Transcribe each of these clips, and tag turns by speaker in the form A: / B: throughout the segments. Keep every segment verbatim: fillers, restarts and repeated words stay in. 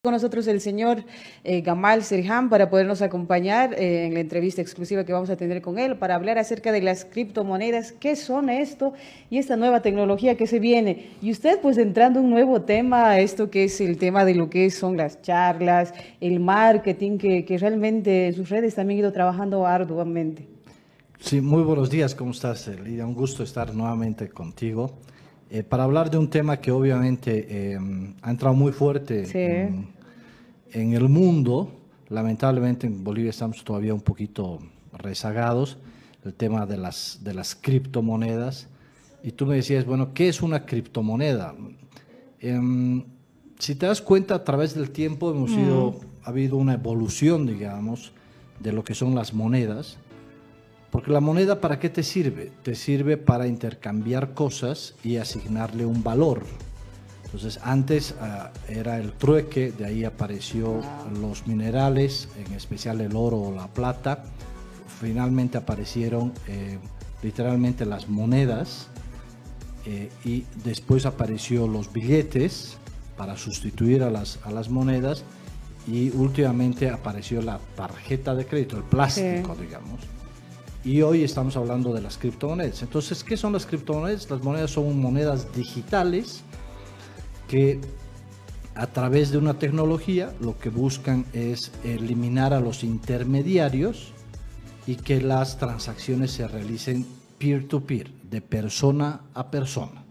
A: Con nosotros el señor eh, Gamal Serham para podernos acompañar eh, en la entrevista exclusiva que vamos a tener con él para hablar acerca de las criptomonedas, qué son esto y esta nueva tecnología que se viene. Y usted pues entrando un nuevo tema, esto que es el tema de lo que son las charlas, el marketing, que, que realmente en sus redes también ha ido trabajando arduamente.
B: Sí, muy buenos días, ¿cómo estás, Lidia? Un gusto estar nuevamente contigo. Eh, para hablar de un tema que obviamente eh, ha entrado muy fuerte
A: Sí.
B: en, en el mundo. Lamentablemente en Bolivia estamos todavía un poquito rezagados, el tema de las, de las criptomonedas. Y tú me decías, bueno, ¿qué es una criptomoneda? Eh, si te das cuenta, a través del tiempo hemos ido, ha habido una evolución, digamos, de lo que son las monedas. Porque la moneda, ¿para qué te sirve? Te sirve para intercambiar cosas y asignarle un valor. Entonces, antes uh, era el trueque, de ahí apareció los minerales, en especial el oro o la plata. Finalmente aparecieron eh, literalmente las monedas eh, y después apareció los billetes para sustituir a las, a las monedas y últimamente apareció la tarjeta de crédito, el plástico, sí, digamos. Y hoy estamos hablando de las criptomonedas. Entonces, ¿qué son las criptomonedas? Las monedas son monedas digitales que a través de una tecnología lo que buscan es eliminar a los intermediarios y que las transacciones se realicen peer-to-peer, de persona a persona.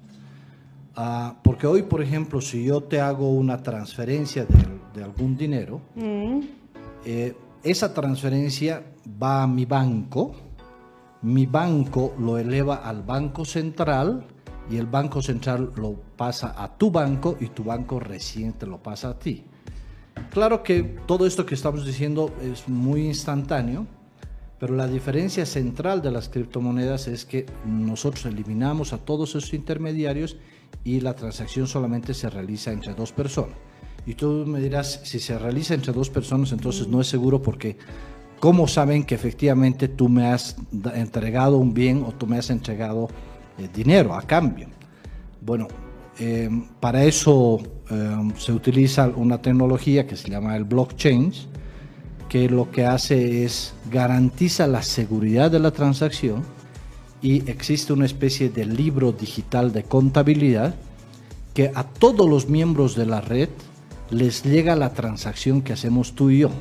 B: Uh, porque hoy, por ejemplo, si yo te hago una transferencia de, de algún dinero, mm. eh, esa transferencia va a mi banco, mi banco lo eleva al Banco Central y el Banco Central lo pasa a tu banco y tu banco recién te lo pasa a ti. Claro que todo esto que estamos diciendo es muy instantáneo, pero la diferencia central de las criptomonedas es que nosotros eliminamos a todos esos intermediarios y la transacción solamente se realiza entre dos personas. Y tú me dirás, si se realiza entre dos personas, entonces no es seguro porque ¿cómo saben que efectivamente tú me has entregado un bien o tú me has entregado eh, dinero a cambio? Bueno, eh, para eso eh, se utiliza una tecnología que se llama el blockchain, que lo que hace es garantiza la seguridad de la transacción y existe una especie de libro digital de contabilidad que a todos los miembros de la red les llega la transacción que hacemos tú y yo.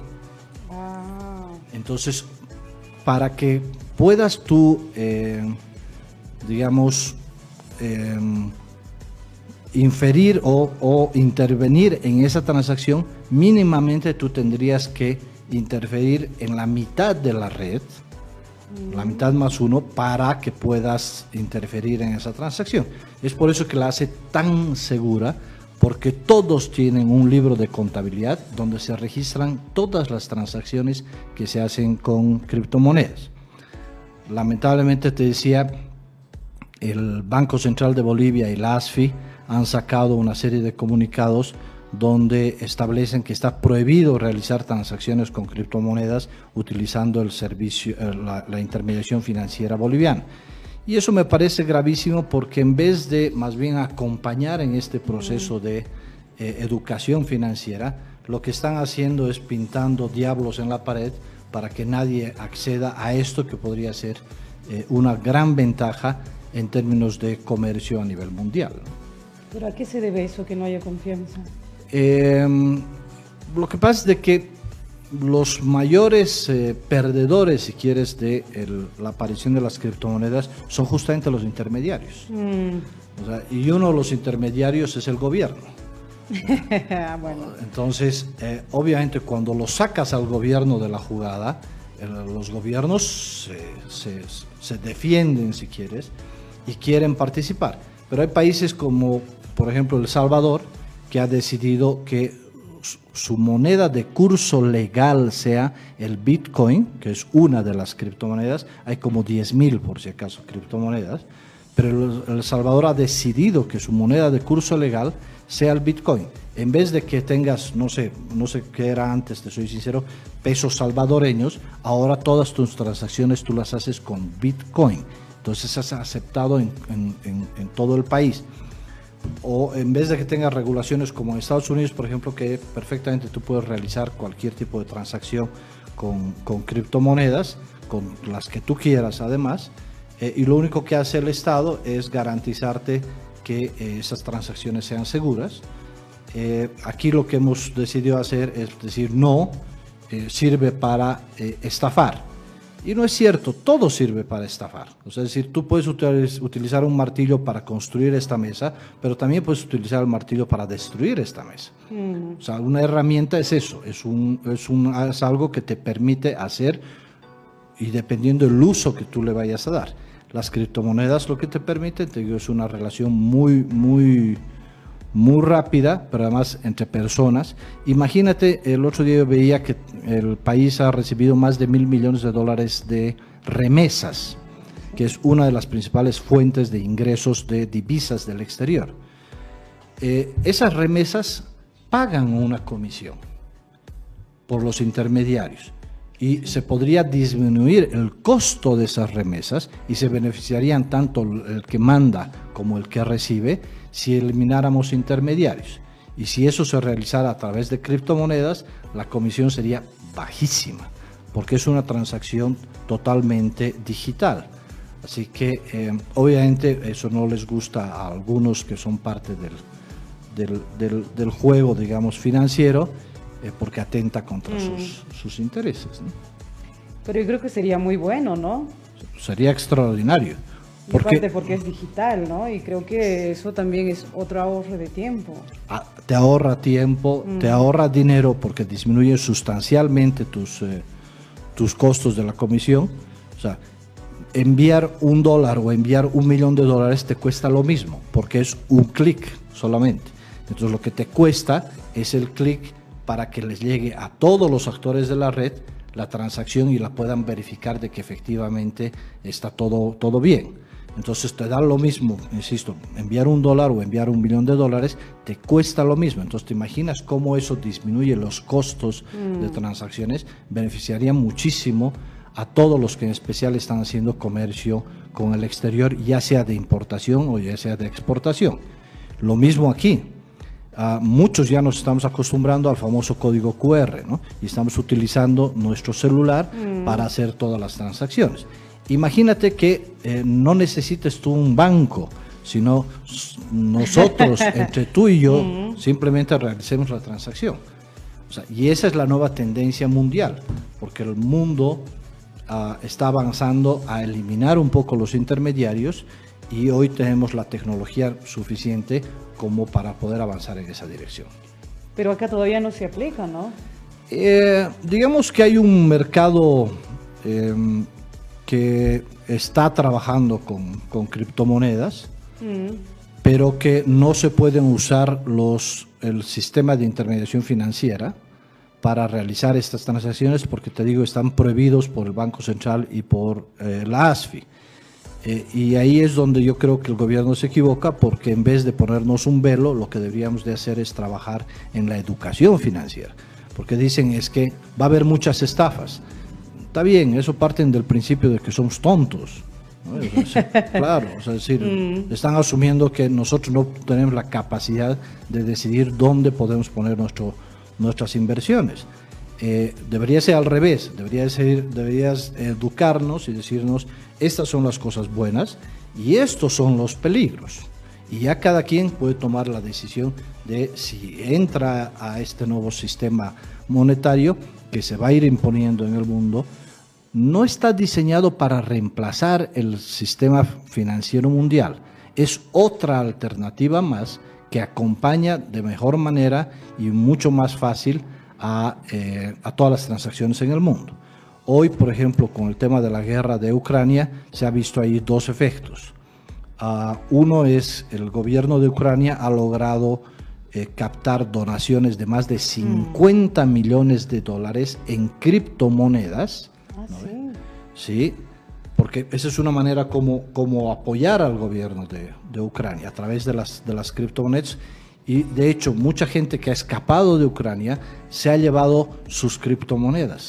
B: Entonces, para que puedas tú, eh, digamos, eh, inferir o, o intervenir en esa transacción, mínimamente tú tendrías que interferir en la mitad de la red, mm. la mitad más uno, para que puedas interferir en esa transacción. Es por eso que la hace tan segura, porque todos tienen un libro de contabilidad donde se registran todas las transacciones que se hacen con criptomonedas. Lamentablemente, te decía, el Banco Central de Bolivia y la A S F I han sacado una serie de comunicados donde establecen que está prohibido realizar transacciones con criptomonedas utilizando el servicio, la, la intermediación financiera boliviana. Y eso me parece gravísimo porque en vez de más bien acompañar en este proceso de eh, educación financiera, lo que están haciendo es pintando diablos en la pared para que nadie acceda a esto que podría ser eh, una gran ventaja en términos de comercio a nivel mundial.
A: ¿Pero a qué se debe eso, que no haya confianza?
B: Eh, lo que pasa es de que los mayores eh, perdedores, si quieres, de el, la aparición de las criptomonedas son justamente los intermediarios. Mm. O sea, y uno de los intermediarios es el gobierno. Bueno. Entonces, eh, obviamente, cuando lo sacas al gobierno de la jugada, eh, los gobiernos se, se, se defienden, si quieres, y quieren participar. Pero hay países como, por ejemplo, El Salvador, que ha decidido que su moneda de curso legal sea el Bitcoin, que es una de las criptomonedas. Hay como diez mil, por si acaso, criptomonedas, pero El Salvador ha decidido que su moneda de curso legal sea el Bitcoin. En vez de que tengas, no sé, no sé qué era antes, te soy sincero, pesos salvadoreños, ahora todas tus transacciones tú las haces con Bitcoin. Entonces es aceptado en, en, en, en todo el país. o en vez de que tenga regulaciones como en Estados Unidos, por ejemplo, que perfectamente tú puedes realizar cualquier tipo de transacción con, con criptomonedas, con las que tú quieras además, eh, y lo único que hace el Estado es garantizarte que eh, esas transacciones sean seguras. Eh, aquí lo que hemos decidido hacer es decir, no, eh, sirve para eh, estafar. Y no es cierto, todo sirve para estafar. O sea, es decir, tú puedes utilizar un martillo para construir esta mesa, pero también puedes utilizar el martillo para destruir esta mesa. Mm. O sea, una herramienta es eso, es, un, es, un, es algo que te permite hacer, y dependiendo del uso que tú le vayas a dar. Las criptomonedas lo que te permiten, te digo, es una relación muy, muy, muy rápida, pero además entre personas. Imagínate, el otro día yo veía que el país ha recibido más de mil millones de dólares de remesas, que es una de las principales fuentes de ingresos de divisas del exterior. Eh, esas remesas pagan una comisión por los intermediarios y se podría disminuir el costo de esas remesas y se beneficiarían tanto el que manda como el que recibe si elimináramos intermediarios. Y si eso se realizara a través de criptomonedas, la comisión sería bajísima, porque es una transacción totalmente digital. Así que eh, obviamente eso no les gusta a algunos que son parte del, del, del, del juego, digamos, financiero, eh, porque atenta contra mm. sus, sus intereses, ¿no?
A: Pero yo creo que sería muy bueno, ¿no?
B: Sería extraordinario.
A: Y porque, aparte porque es digital, ¿no? Y creo que eso también es otro ahorro de tiempo.
B: Ah, te ahorra tiempo, mm. te ahorra dinero porque disminuye sustancialmente tus, eh, tus costos de la comisión. O sea, enviar un dólar o enviar un millón de dólares te cuesta lo mismo, porque es un clic solamente. Entonces lo que te cuesta es el clic para que les llegue a todos los actores de la red la transacción y la puedan verificar de que efectivamente está todo, todo bien. Entonces te da lo mismo, insisto, enviar un dólar o enviar un millón de dólares te cuesta lo mismo. Entonces te imaginas cómo eso disminuye los costos mm. de transacciones, beneficiaría muchísimo a todos los que en especial están haciendo comercio con el exterior, ya sea de importación o ya sea de exportación. Lo mismo aquí. Uh, muchos ya nos estamos acostumbrando al famoso código cu erre, ¿no? Y estamos utilizando nuestro celular mm. para hacer todas las transacciones. Imagínate que eh, no necesites tú un banco, sino nosotros, entre tú y yo, mm. simplemente realicemos la transacción. O sea, y esa es la nueva tendencia mundial, porque el mundo uh, está avanzando a eliminar un poco los intermediarios y hoy tenemos la tecnología suficiente como para poder avanzar en esa dirección.
A: Pero acá todavía no se aplica, ¿no?
B: Eh, digamos que hay un mercado eh, que está trabajando con, con criptomonedas, mm. pero que no se pueden usar los, el sistema de intermediación financiera para realizar estas transacciones porque, te digo, están prohibidos por el Banco Central y por eh, la ASFI. Eh, y ahí es donde yo creo que el gobierno se equivoca, porque en vez de ponernos un velo, lo que deberíamos de hacer es trabajar en la educación financiera, porque dicen es que va a haber muchas estafas. Está bien, eso parten del principio de que somos tontos, ¿no? Es decir, claro, o sea, es decir, mm. están asumiendo que nosotros no tenemos la capacidad de decidir dónde podemos poner nuestro, nuestras inversiones. Eh, debería ser al revés, debería ser, deberías educarnos y decirnos estas son las cosas buenas y estos son los peligros, y ya cada quien puede tomar la decisión de si entra a este nuevo sistema monetario que se va a ir imponiendo en el mundo. No está diseñado para reemplazar el sistema financiero mundial, es otra alternativa más que acompaña de mejor manera y mucho más fácil A, eh, a todas las transacciones en el mundo. Hoy, por ejemplo, con el tema de la guerra de Ucrania, se ha visto ahí dos efectos. Uh, uno es el gobierno de Ucrania ha logrado eh, captar donaciones de más de cincuenta mm. millones de dólares en criptomonedas.
A: Ah, ¿no? Sí.
B: Sí, porque esa es una manera como, como apoyar al gobierno de, de Ucrania a través de las, de las criptomonedas. Y de hecho, mucha gente que ha escapado de Ucrania se ha llevado sus criptomonedas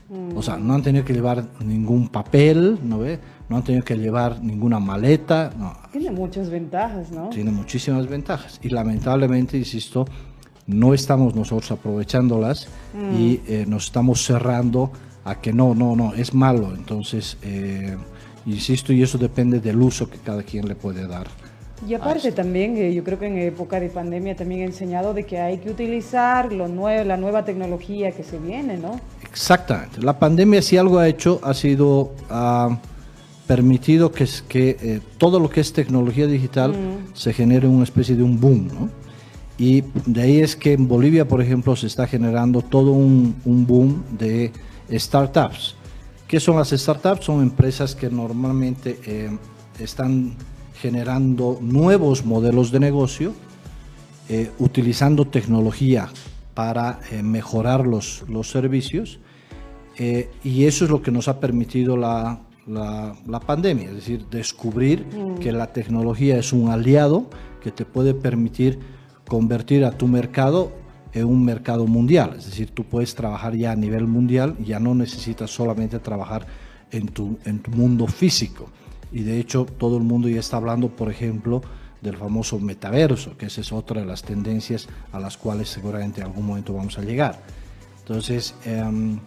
B: Mm. O sea, no han tenido que llevar ningún papel, ¿no ve? No han tenido que llevar ninguna maleta. No.
A: Tiene muchas ventajas, ¿no?
B: Tiene muchísimas ventajas. Y lamentablemente, insisto, no estamos nosotros aprovechándolas mm. y eh, nos estamos cerrando a que no, no, no, es malo. Entonces, eh, insisto, y eso depende del uso que cada quien le puede dar.
A: Y aparte también, eh, yo creo que en época de pandemia también he enseñado de que hay que utilizar lo nuevo, la nueva tecnología que se viene, ¿no?
B: Exactamente. La pandemia, si algo ha hecho, ha sido uh, permitido que, que eh, todo lo que es tecnología digital mm. se genere una especie de un boom, ¿no? Y de ahí es que en Bolivia, por ejemplo, se está generando todo un, un boom de startups. ¿Qué son las startups? Son empresas que normalmente eh, están generando nuevos modelos de negocio, eh, utilizando tecnología para eh, mejorar los, los servicios, eh, y eso es lo que nos ha permitido la, la, la pandemia, es decir, descubrir mm. que la tecnología es un aliado que te puede permitir convertir a tu mercado en un mercado mundial, es decir, tú puedes trabajar ya a nivel mundial, ya no necesitas solamente trabajar en tu, en tu mundo físico. Y de hecho todo el mundo ya está hablando, por ejemplo, del famoso metaverso, que esa es otra de las tendencias a las cuales seguramente en algún momento vamos a llegar. Entonces, eh,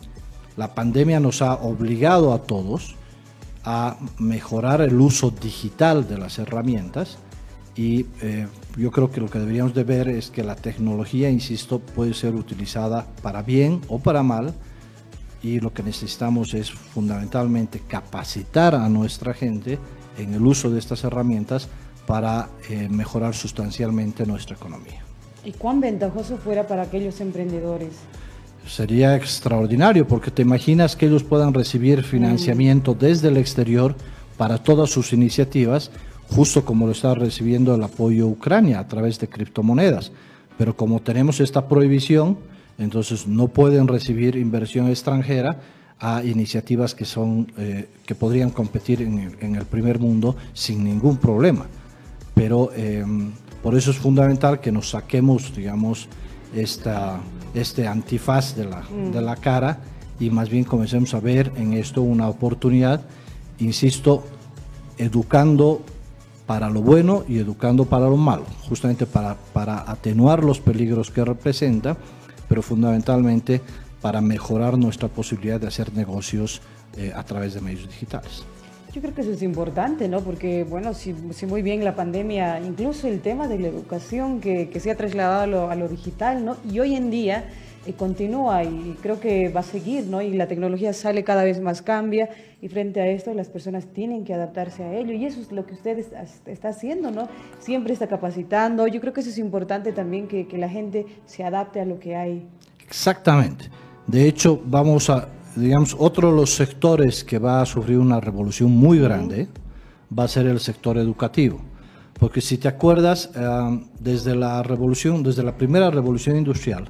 B: la pandemia nos ha obligado a todos a mejorar el uso digital de las herramientas y eh, yo creo que lo que deberíamos de ver es que la tecnología, insisto, puede ser utilizada para bien o para mal, y lo que necesitamos es fundamentalmente capacitar a nuestra gente en el uso de estas herramientas para eh, mejorar sustancialmente nuestra economía.
A: ¿Y cuán ventajoso fuera para aquellos emprendedores?
B: Sería extraordinario, porque te imaginas que ellos puedan recibir financiamiento mm. desde el exterior para todas sus iniciativas, justo como lo está recibiendo el apoyo a Ucrania a través de criptomonedas. Pero como tenemos esta prohibición, entonces no pueden recibir inversión extranjera a iniciativas que son eh, que podrían competir en el, en el primer mundo sin ningún problema. Pero eh, por eso es fundamental que nos saquemos, digamos, esta, este antifaz de la, mm. de la cara y más bien comencemos a ver en esto una oportunidad, insisto, educando para lo bueno y educando para lo malo, justamente para, para atenuar los peligros que representa, pero fundamentalmente para mejorar nuestra posibilidad de hacer negocios eh, a través de medios digitales.
A: Yo creo que eso es importante, ¿no? Porque, bueno, si, si muy bien la pandemia, incluso el tema de la educación que, que se ha trasladado a lo, a lo digital, ¿no? Y hoy en día eh, continúa y creo que va a seguir, ¿no? Y la tecnología sale cada vez más, cambia, y frente a esto las personas tienen que adaptarse a ello, y eso es lo que usted está, está haciendo, ¿no? Siempre está capacitando. Yo creo que eso es importante también, que, que la gente se adapte a lo que hay.
B: Exactamente. De hecho, vamos a, digamos, otro de los sectores que va a sufrir una revolución muy grande va a ser el sector educativo. Porque si te acuerdas, eh, desde la revolución, desde la primera revolución industrial,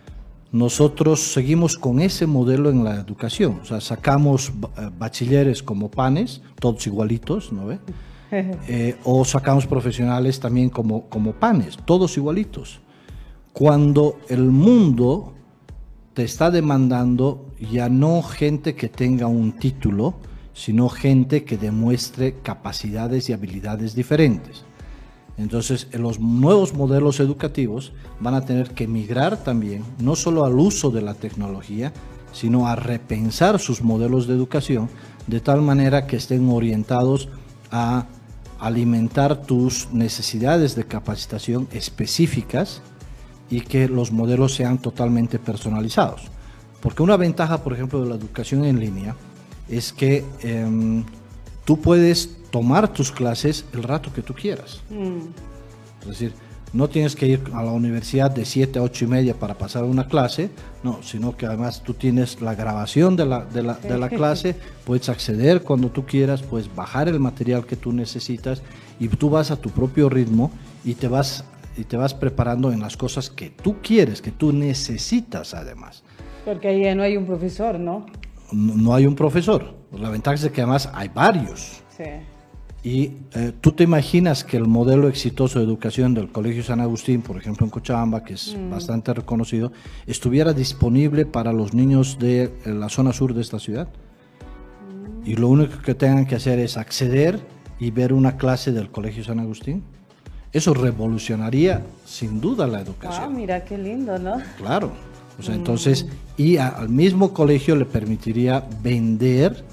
B: nosotros seguimos con ese modelo en la educación. O sea, sacamos bachilleres como panes, todos igualitos, ¿no ve? Eh, o sacamos profesionales también como, como panes, todos igualitos. Cuando el mundo te está demandando ya no gente que tenga un título, sino gente que demuestre capacidades y habilidades diferentes. Entonces, los nuevos modelos educativos van a tener que migrar también, no solo al uso de la tecnología, sino a repensar sus modelos de educación de tal manera que estén orientados a alimentar tus necesidades de capacitación específicas y que los modelos sean totalmente personalizados. Porque una ventaja, por ejemplo, de la educación en línea es que eh, tú puedes tomar tus clases el rato que tú quieras. Mm. Es decir, no tienes que ir a la universidad de siete a ocho y media para pasar una clase, no, sino que además tú tienes la grabación de la, de la, de la clase, puedes acceder cuando tú quieras, puedes bajar el material que tú necesitas y tú vas a tu propio ritmo y te vas, y te vas preparando en las cosas que tú quieres, que tú necesitas además.
A: Porque ahí ya no hay un profesor, ¿no?
B: No, no hay un profesor. La ventaja es que además hay varios.
A: Sí.
B: Y eh, tú te imaginas que el modelo exitoso de educación del Colegio San Agustín, por ejemplo en Cochabamba, que es mm. bastante reconocido, estuviera disponible para los niños de la zona sur de esta ciudad. Mm. Y lo único que tengan que hacer es acceder y ver una clase del Colegio San Agustín. Eso revolucionaría sin duda la educación.
A: Ah, mira qué lindo, ¿no?
B: Claro. O sea, mm. entonces, y a, al mismo colegio le permitiría vender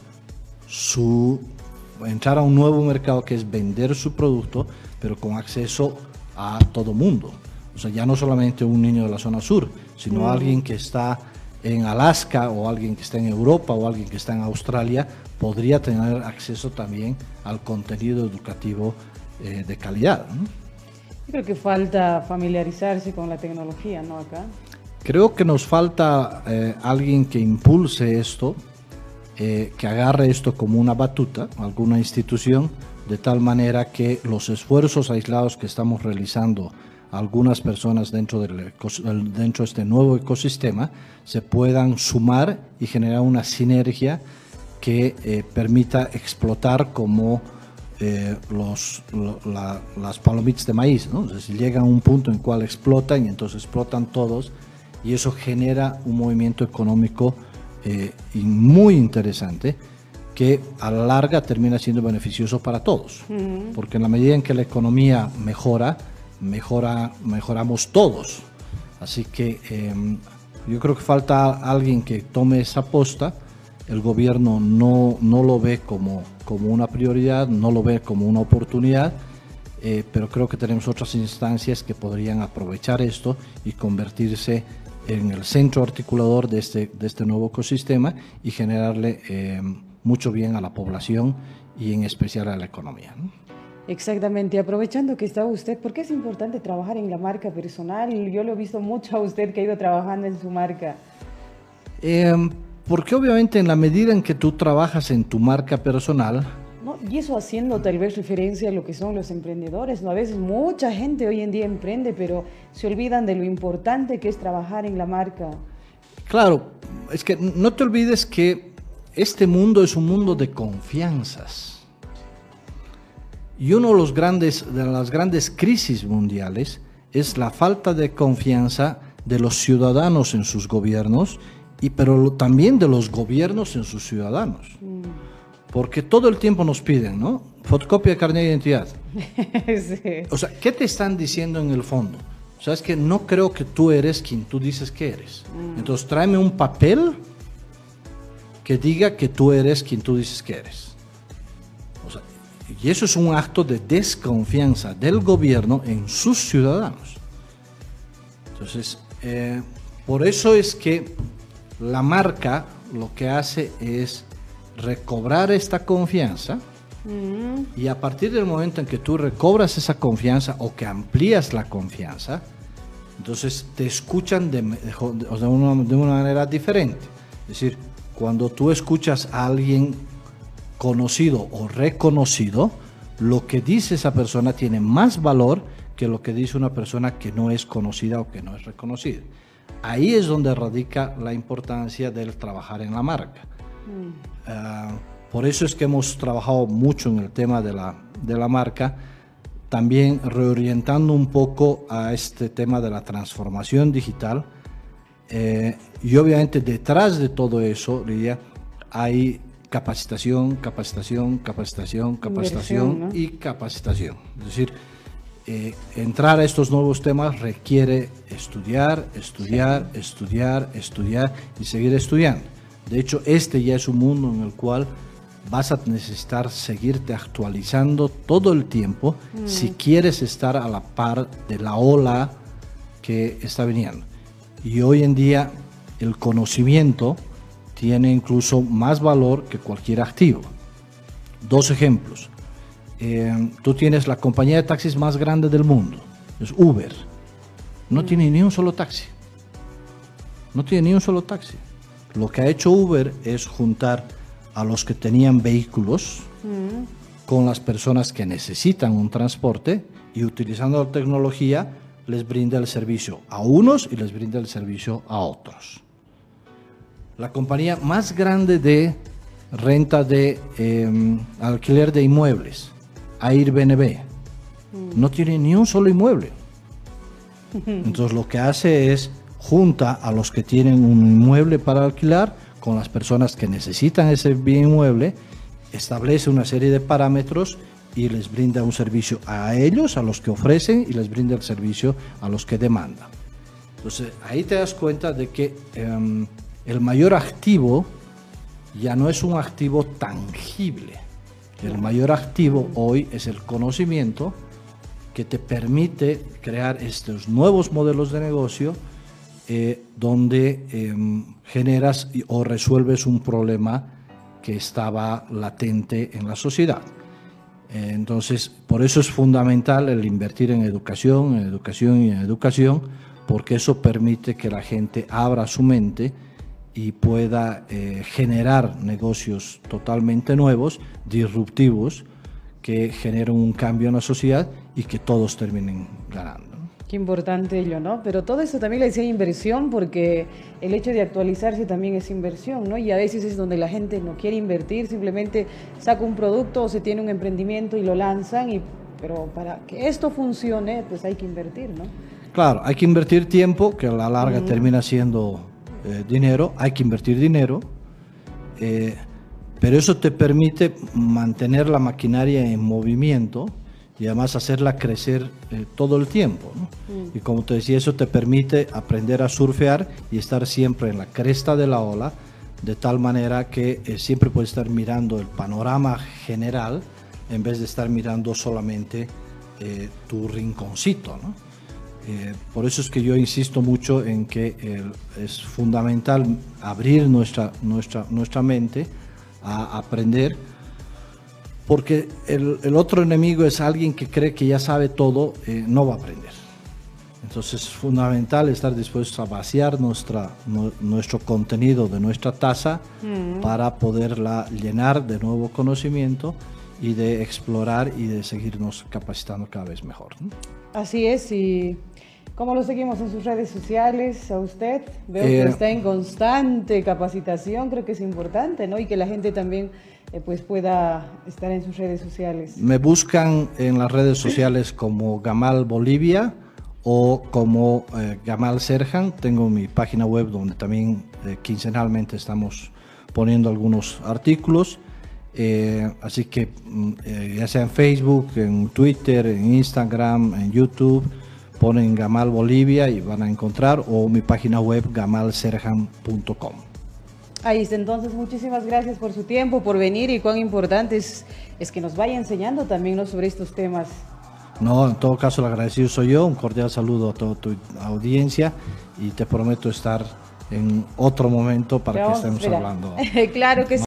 B: su... entrar a un nuevo mercado que es vender su producto, pero con acceso a todo mundo. O sea, ya no solamente un niño de la zona sur, sino mm. alguien que está en Alaska o alguien que está en Europa o alguien que está en Australia, podría tener acceso también al contenido educativo eh, de calidad, ¿no?
A: Yo creo que falta familiarizarse con la tecnología, ¿no? Acá.
B: Creo que nos falta eh, alguien que impulse esto, Eh, que agarre esto como una batuta, alguna institución, de tal manera que los esfuerzos aislados que estamos realizando algunas personas dentro, del, dentro de este nuevo ecosistema se puedan sumar y generar una sinergia que eh, permita explotar como eh, los, lo, la, las palomitas de maíz, ¿no? Es decir, llegan a un punto en el cual explotan y entonces explotan todos y eso genera un movimiento económico Eh, y muy interesante que a la larga termina siendo beneficioso para todos, uh-huh. porque en la medida en que la economía mejora, mejora mejoramos todos. Así que eh, yo creo que falta alguien que tome esa posta. El gobierno no, no lo ve como, como una prioridad, no lo ve como una oportunidad, eh, pero creo que tenemos otras instancias que podrían aprovechar esto y convertirse en el centro articulador de este, de este nuevo ecosistema y generarle eh, mucho bien a la población y en especial a la economía, ¿no?
A: Exactamente, aprovechando que está usted, ¿por qué es importante trabajar en la marca personal? Yo lo he visto mucho a usted que ha ido trabajando en su marca.
B: Eh, porque obviamente en la medida en que tú trabajas en tu marca personal,
A: ¿no? Y eso haciendo tal vez referencia a lo que son los emprendedores, ¿no? A veces mucha gente hoy en día emprende, pero se olvidan de lo importante que es trabajar en la marca.
B: Claro, es que no te olvides que este mundo es un mundo de confianzas. Y uno de, los grandes, de las grandes crisis mundiales es la falta de confianza de los ciudadanos en sus gobiernos, y, pero también de los gobiernos en sus ciudadanos. Mm. Porque todo el tiempo nos piden, ¿no? Fotocopia de carnet de identidad. Sí. O sea, ¿qué te están diciendo en el fondo? O sea, es que no creo que tú eres quien tú dices que eres. Mm. Entonces, tráeme un papel que diga que tú eres quien tú dices que eres. O sea, y eso es un acto de desconfianza del gobierno en sus ciudadanos. Entonces, eh, por eso es que la marca lo que hace es recobrar esta confianza, mm. y a partir del momento en que tú recobras esa confianza o que amplías la confianza, entonces te escuchan de, de, de, una, de una manera diferente. Es decir, cuando tú escuchas a alguien conocido o reconocido, lo que dice esa persona tiene más valor que lo que dice una persona que no es conocida o que no es reconocida. Ahí es donde radica la importancia del trabajar en la marca. Mm. Uh, por eso es que hemos trabajado mucho en el tema de la, de la marca, también reorientando un poco a este tema de la transformación digital. Eh, y obviamente detrás de todo eso, Lidia, hay capacitación, capacitación, capacitación, capacitación, ¿no? Y capacitación. Es decir, eh, entrar a estos nuevos temas requiere estudiar, estudiar, sí. estudiar, estudiar y seguir estudiando. De hecho, este ya es un mundo en el cual vas a necesitar seguirte actualizando todo el tiempo mm. si quieres estar a la par de la ola que está viniendo. Y hoy en día el conocimiento tiene incluso más valor que cualquier activo. Dos ejemplos. Eh, tú tienes la compañía de taxis más grande del mundo, es Uber. No mm. tiene ni un solo taxi. No tiene ni un solo taxi. Lo que ha hecho Uber es juntar a los que tenían vehículos mm. con las personas que necesitan un transporte y utilizando la tecnología les brinda el servicio a unos y les brinda el servicio a otros. La compañía más grande de renta de eh, alquiler de inmuebles Airbnb. No tiene ni un solo inmueble. Entonces lo que hace es junta a los que tienen un inmueble para alquilar con las personas que necesitan ese bien inmueble, establece una serie de parámetros y les brinda un servicio a ellos, a los que ofrecen, y les brinda el servicio a los que demandan. Entonces ahí te das cuenta de que um, el mayor activo ya no es un activo tangible. El mayor activo hoy es el conocimiento que te permite crear estos nuevos modelos de negocio eh, donde eh, generas o resuelves un problema que estaba latente en la sociedad. Eh, entonces, por eso es fundamental el invertir en educación, en educación y en educación, porque eso permite que la gente abra su mente y pueda eh, generar negocios totalmente nuevos, disruptivos, que generen un cambio en la sociedad y que todos terminen ganando.
A: Qué importante ello, ¿no? Pero todo eso también le decía inversión, porque el hecho de actualizarse también es inversión, ¿no? Y a veces es donde la gente no quiere invertir, simplemente saca un producto o se tiene un emprendimiento y lo lanzan, y, pero para que esto funcione, pues hay que invertir, ¿no?
B: Claro, hay que invertir tiempo, que a la larga uh-huh. termina siendo eh, dinero, hay que invertir dinero, eh, pero eso te permite mantener la maquinaria en movimiento y además hacerla crecer eh, todo el tiempo, ¿no? Mm. Y como te decía, eso te permite aprender a surfear y estar siempre en la cresta de la ola, de tal manera que eh, siempre puedes estar mirando el panorama general en vez de estar mirando solamente eh, tu rinconcito, ¿no? Eh, por eso es que yo insisto mucho en que eh, es fundamental abrir nuestra, nuestra, nuestra mente a aprender, porque el, el otro enemigo es alguien que cree que ya sabe todo, eh, no va a aprender. Entonces es fundamental estar dispuestos a vaciar nuestra, no, nuestro contenido de nuestra taza mm. para poderla llenar de nuevo conocimiento y de explorar y de seguirnos capacitando cada vez mejor, ¿no?
A: Así es. Y ¿cómo lo seguimos en sus redes sociales a usted? Veo
B: eh,
A: que está en constante capacitación, creo que es importante, ¿no? Y que la gente también eh, pues pueda estar en sus redes sociales.
B: Me buscan en las redes sociales como Gamal Bolivia o como eh, Gamal Serhan. Tengo mi página web donde también eh, quincenalmente estamos poniendo algunos artículos. Eh, así que eh, ya sea en Facebook, en Twitter, en Instagram, en YouTube, ponen Gamal Bolivia y van a encontrar, o mi página web gamal serhan punto com.
A: Ahí está. Entonces, muchísimas gracias por su tiempo, por venir, y cuán importante es, es que nos vaya enseñando también, ¿no?, sobre estos temas.
B: No, en todo caso el agradecido soy yo. Un cordial saludo a toda tu audiencia y te prometo estar en otro momento para que estemos hablando.
A: Claro que sí.